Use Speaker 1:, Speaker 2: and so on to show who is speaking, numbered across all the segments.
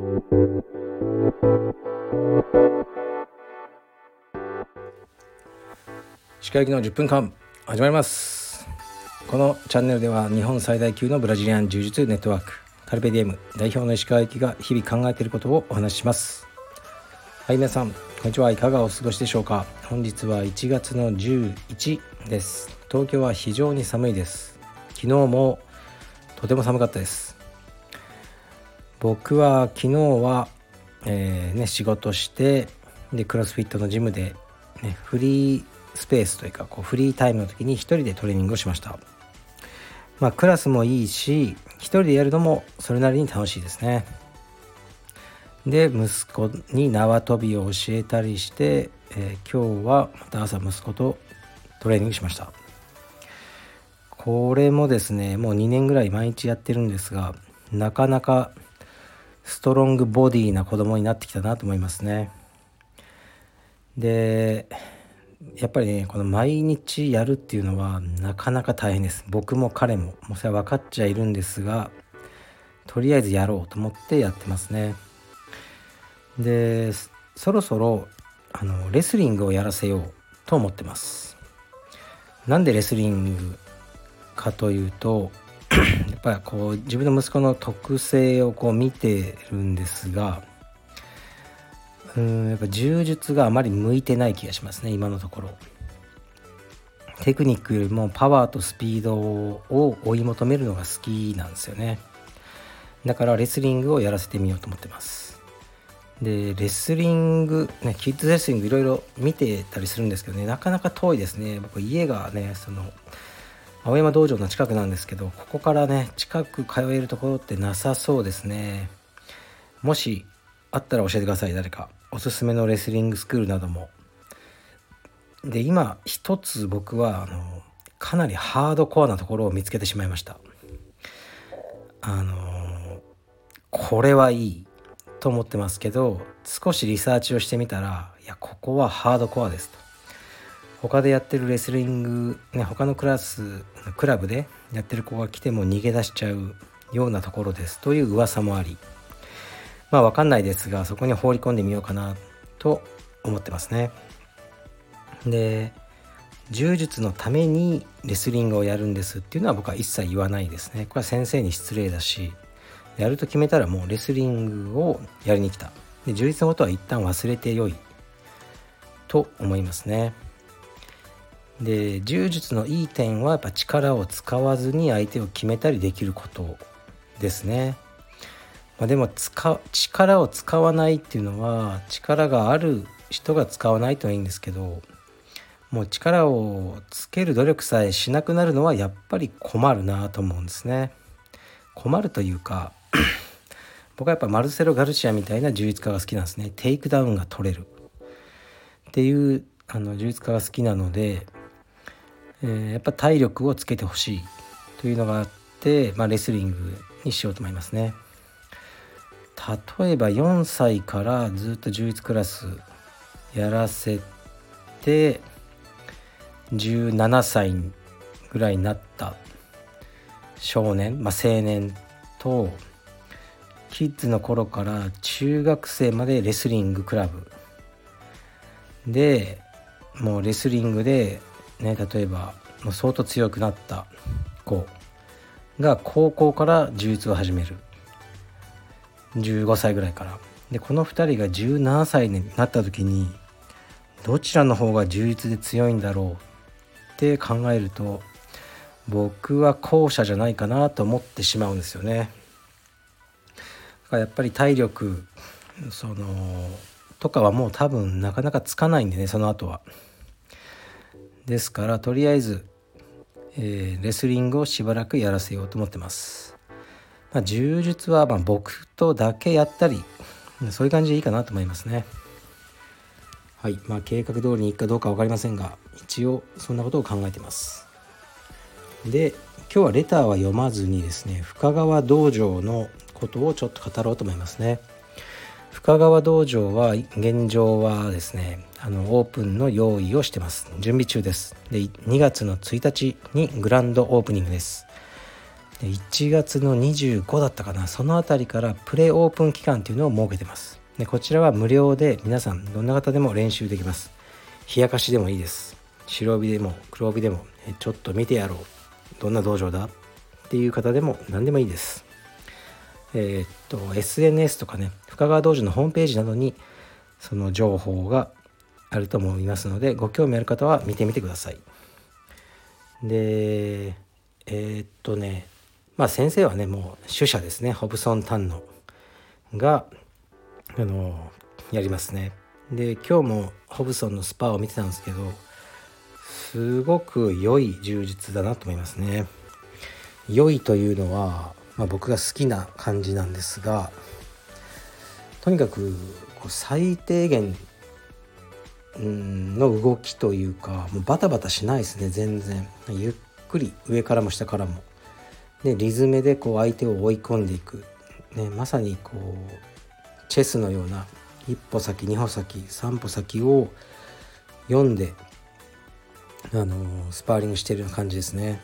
Speaker 1: 歯科医の10分間始まります。このチャンネルでは日本最大級のブラジリアン柔術ネットワークカルペディエム代表の石川行が日々考えていることをお話しします。はい、皆さんこんにちは。いかがお過ごしでしょうか。本日は1月の11です。東京は非常に寒いです。昨日もとても寒かったです。僕は昨日は、仕事してでクロスフィットのジムで、フリースペースというかフリータイムの時に一人でトレーニングをしました。クラスもいいし一人でやるのもそれなりに楽しいですね。で息子に縄跳びを教えたりして、今日はまた朝息子とトレーニングしました。これもですねもう2年ぐらい毎日やってるんですが、なかなかストロングボディな子供になってきたなと思いますね。でやっぱりねこの毎日やるっていうのはなかなか大変です。僕も彼ももうそれは分かっちゃいるんですが、とりあえずやろうと思ってやってますね。でそろそろレスリングをやらせようと思ってます。なんでレスリングかというとやっぱり自分の息子の特性を見てるんですが、やっぱ柔術があまり向いてない気がしますね。今のところテクニックよりもパワーとスピードを追い求めるのが好きなんですよね。だからレスリングをやらせてみようと思ってます。でレスリング、キッズレスリングいろいろ見てたりするんですけどね、なかなか遠いですね。僕家がね青山道場の近くなんですけど、ここからね近く通えるところってなさそうですね。もしあったら教えてください。誰かおすすめのレスリングスクールなども。で今一つ僕はかなりハードコアなところを見つけてしまいました。これはいいと思ってますけど、少しリサーチをしてみたら、いやここはハードコアですと。他でやってるレスリング、他のクラブでやってる子が来ても逃げ出しちゃうようなところですという噂もあり、分かんないですが、そこに放り込んでみようかなと思ってますね。で柔術のためにレスリングをやるんですっていうのは僕は一切言わないですね。これは先生に失礼だし、やると決めたらもうレスリングをやりに来た。で柔術のことは一旦忘れてよいと思いますね。で柔術のいい点はやっぱ力を使わずに相手を決めたりできることですね。でも力を使わないっていうのは、力がある人が使わないといいんですけど、もう力をつける努力さえしなくなるのはやっぱり困るなと思うんですね。困るというか僕はやっぱマルセロ・ガルシアみたいな柔術家が好きなんですね。テイクダウンが取れるっていう柔術家が好きなので、やっぱ体力をつけてほしいというのがあって、レスリングにしようと思いますね。例えば4歳からずっと柔術クラスやらせて17歳ぐらいになった少年、青年とキッズの頃から中学生までレスリングクラブでもうレスリングで例えばもう相当強くなった子が高校から柔術を始める、15歳ぐらいからで、この2人が17歳になった時にどちらの方が柔術で強いんだろうって考えると、僕は後者じゃないかなと思ってしまうんですよね。だからやっぱり体力とかはもう多分なかなかつかないんでね、その後は。ですからとりあえず、レスリングをしばらくやらせようと思ってます。柔術は僕とだけやったり、そういう感じでいいかなと思いますね。はい、計画通りにいくかどうか分かりませんが、一応そんなことを考えています。で今日はレターは読まずにですね、深川道場のことをちょっと語ろうと思いますね。深川道場は現状はですねオープンの用意をしてます。準備中です。で2月の1日にグランドオープニングです。 1月の25だったかな、そのあたりからプレオープン期間っていうのを設けてます。でこちらは無料で皆さんどんな方でも練習できます。冷やかしでもいいです。白帯でも黒帯でもちょっと見てやろう、どんな道場だっていう方でも何でもいいです。SNS とかね、深川道場のホームページなどにその情報があると思いますので、ご興味ある方は見てみてください。で先生はねもう主者ですね、ホブソン・タンノがやりますね。で今日もホブソンのスパを見てたんですけど、すごく良い柔術だなと思いますね。良いというのは、僕が好きな感じなんですが、とにかく最低限の動きというか、もうバタバタしないですね。全然ゆっくり上からも下からもでリズムで相手を追い込んでいく、まさにチェスのような一歩先二歩先三歩先を読んでスパーリングしているような感じですね。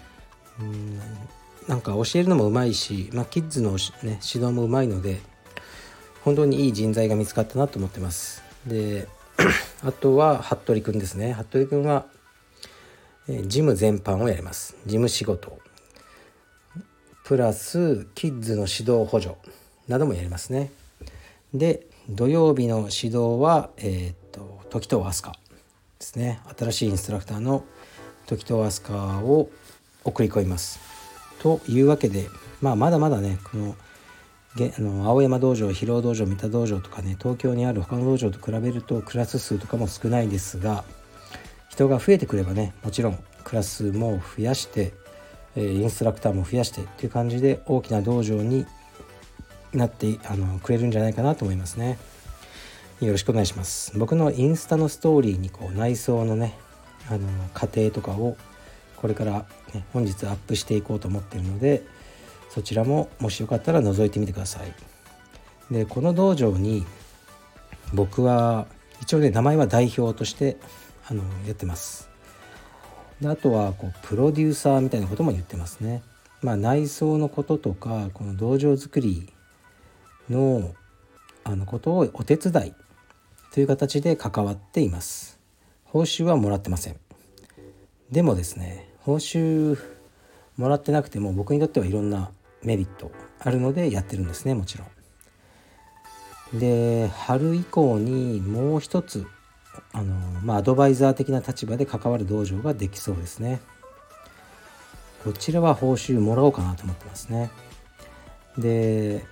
Speaker 1: なんか教えるのもうまいし、キッズの、指導もうまいので本当にいい人材が見つかったなと思ってます。であとは服部くんですね。服部くんはジム全般をやります。ジム仕事プラスキッズの指導補助などもやりますね。で土曜日の指導は、時藤飛鳥ですね。新しいインストラクターの時藤飛鳥を送り込みます。というわけで、まだまだねこの青山道場、広尾道場、三田道場とかね、東京にある他の道場と比べるとクラス数とかも少ないですが、人が増えてくればね、もちろんクラスも増やしてインストラクターも増やしてっていう感じで大きな道場になってくれるんじゃないかなと思いますね。よろしくお願いします。僕のインスタのストーリーに内装のね過程とかをこれから、本日アップしていこうと思っているので、そちらももしよかったら覗いてみてください。でこの道場に僕は一応ね名前は代表としてやってます。であとはプロデューサーみたいなことも言ってますね。内装のこととかこの道場作りのことをお手伝いという形で関わっています。報酬はもらってません。でもですね、報酬もらってなくても僕にとってはいろんなメリットあるのでやってるんですね、もちろん。で春以降にもう一つアドバイザー的な立場で関わる道場ができそうですね。こちらは報酬もらおうかなと思ってますね。で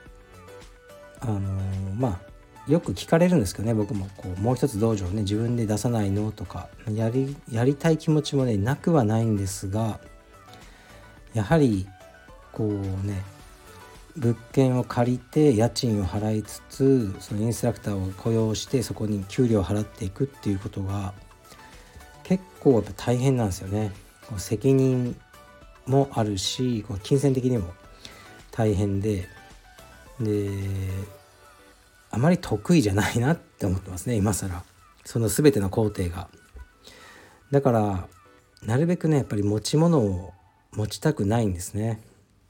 Speaker 1: よく聞かれるんですけどね、僕ももう一つ道場をね自分で出さないのとかやりたい気持ちもねなくはないんですが、やはり物件を借りて家賃を払いつつ、そのインストラクターを雇用してそこに給料を払っていくっていうことが結構やっぱ大変なんですよね。責任もあるし金銭的にも大変であまり得意じゃないなって思ってますね、今更その全ての工程が。だからなるべくねやっぱり持ち物を持ちたくないんですね。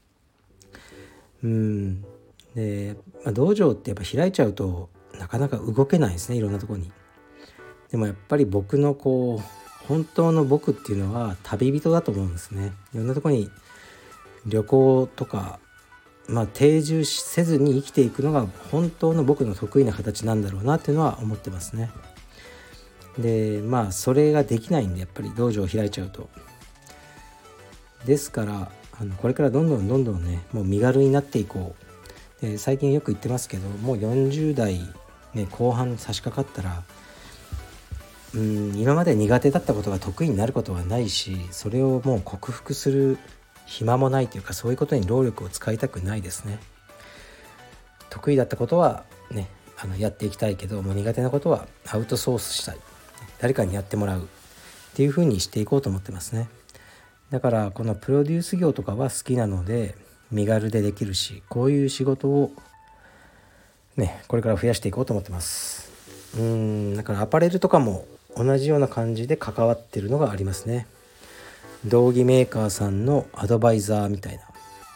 Speaker 1: で、道場ってやっぱ開いちゃうとなかなか動けないですね、いろんなところに。でもやっぱり僕の本当の僕っていうのは旅人だと思うんですね。いろんなところに旅行とか定住せずに生きていくのが本当の僕の得意な形なんだろうなっていうのは思ってますね。でそれができないんで、やっぱり道場を開いちゃうと。ですからこれからどんどんねもう身軽になっていこう。で最近よく言ってますけど、もう40代、後半差し掛かったら今まで苦手だったことが得意になることはないし、それをもう克服する暇もないというか、そういうことに労力を使いたくないですね。得意だったことはねやっていきたいけど、もう苦手なことはアウトソースしたい、誰かにやってもらうっていう風にしていこうと思ってますね。だからこのプロデュース業とかは好きなので身軽でできるし、こういう仕事をこれから増やしていこうと思ってます。だからアパレルとかも同じような感じで関わってるのがありますね。道着メーカーさんのアドバイザーみたいな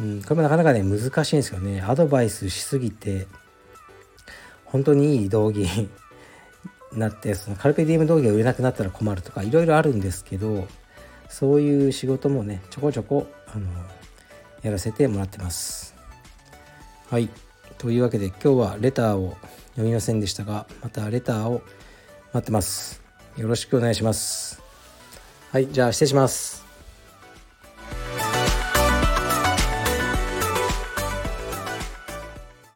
Speaker 1: これもなかなかね難しいんですよね。アドバイスしすぎて本当にいい道着になって、そのカルペディウム道着が売れなくなったら困るとかいろいろあるんですけど、そういう仕事もねちょこちょこやらせてもらってます。はい、というわけで今日はレターを読みませんでしたが、またレターを待ってます。よろしくお願いします。はい、じゃあ失礼します。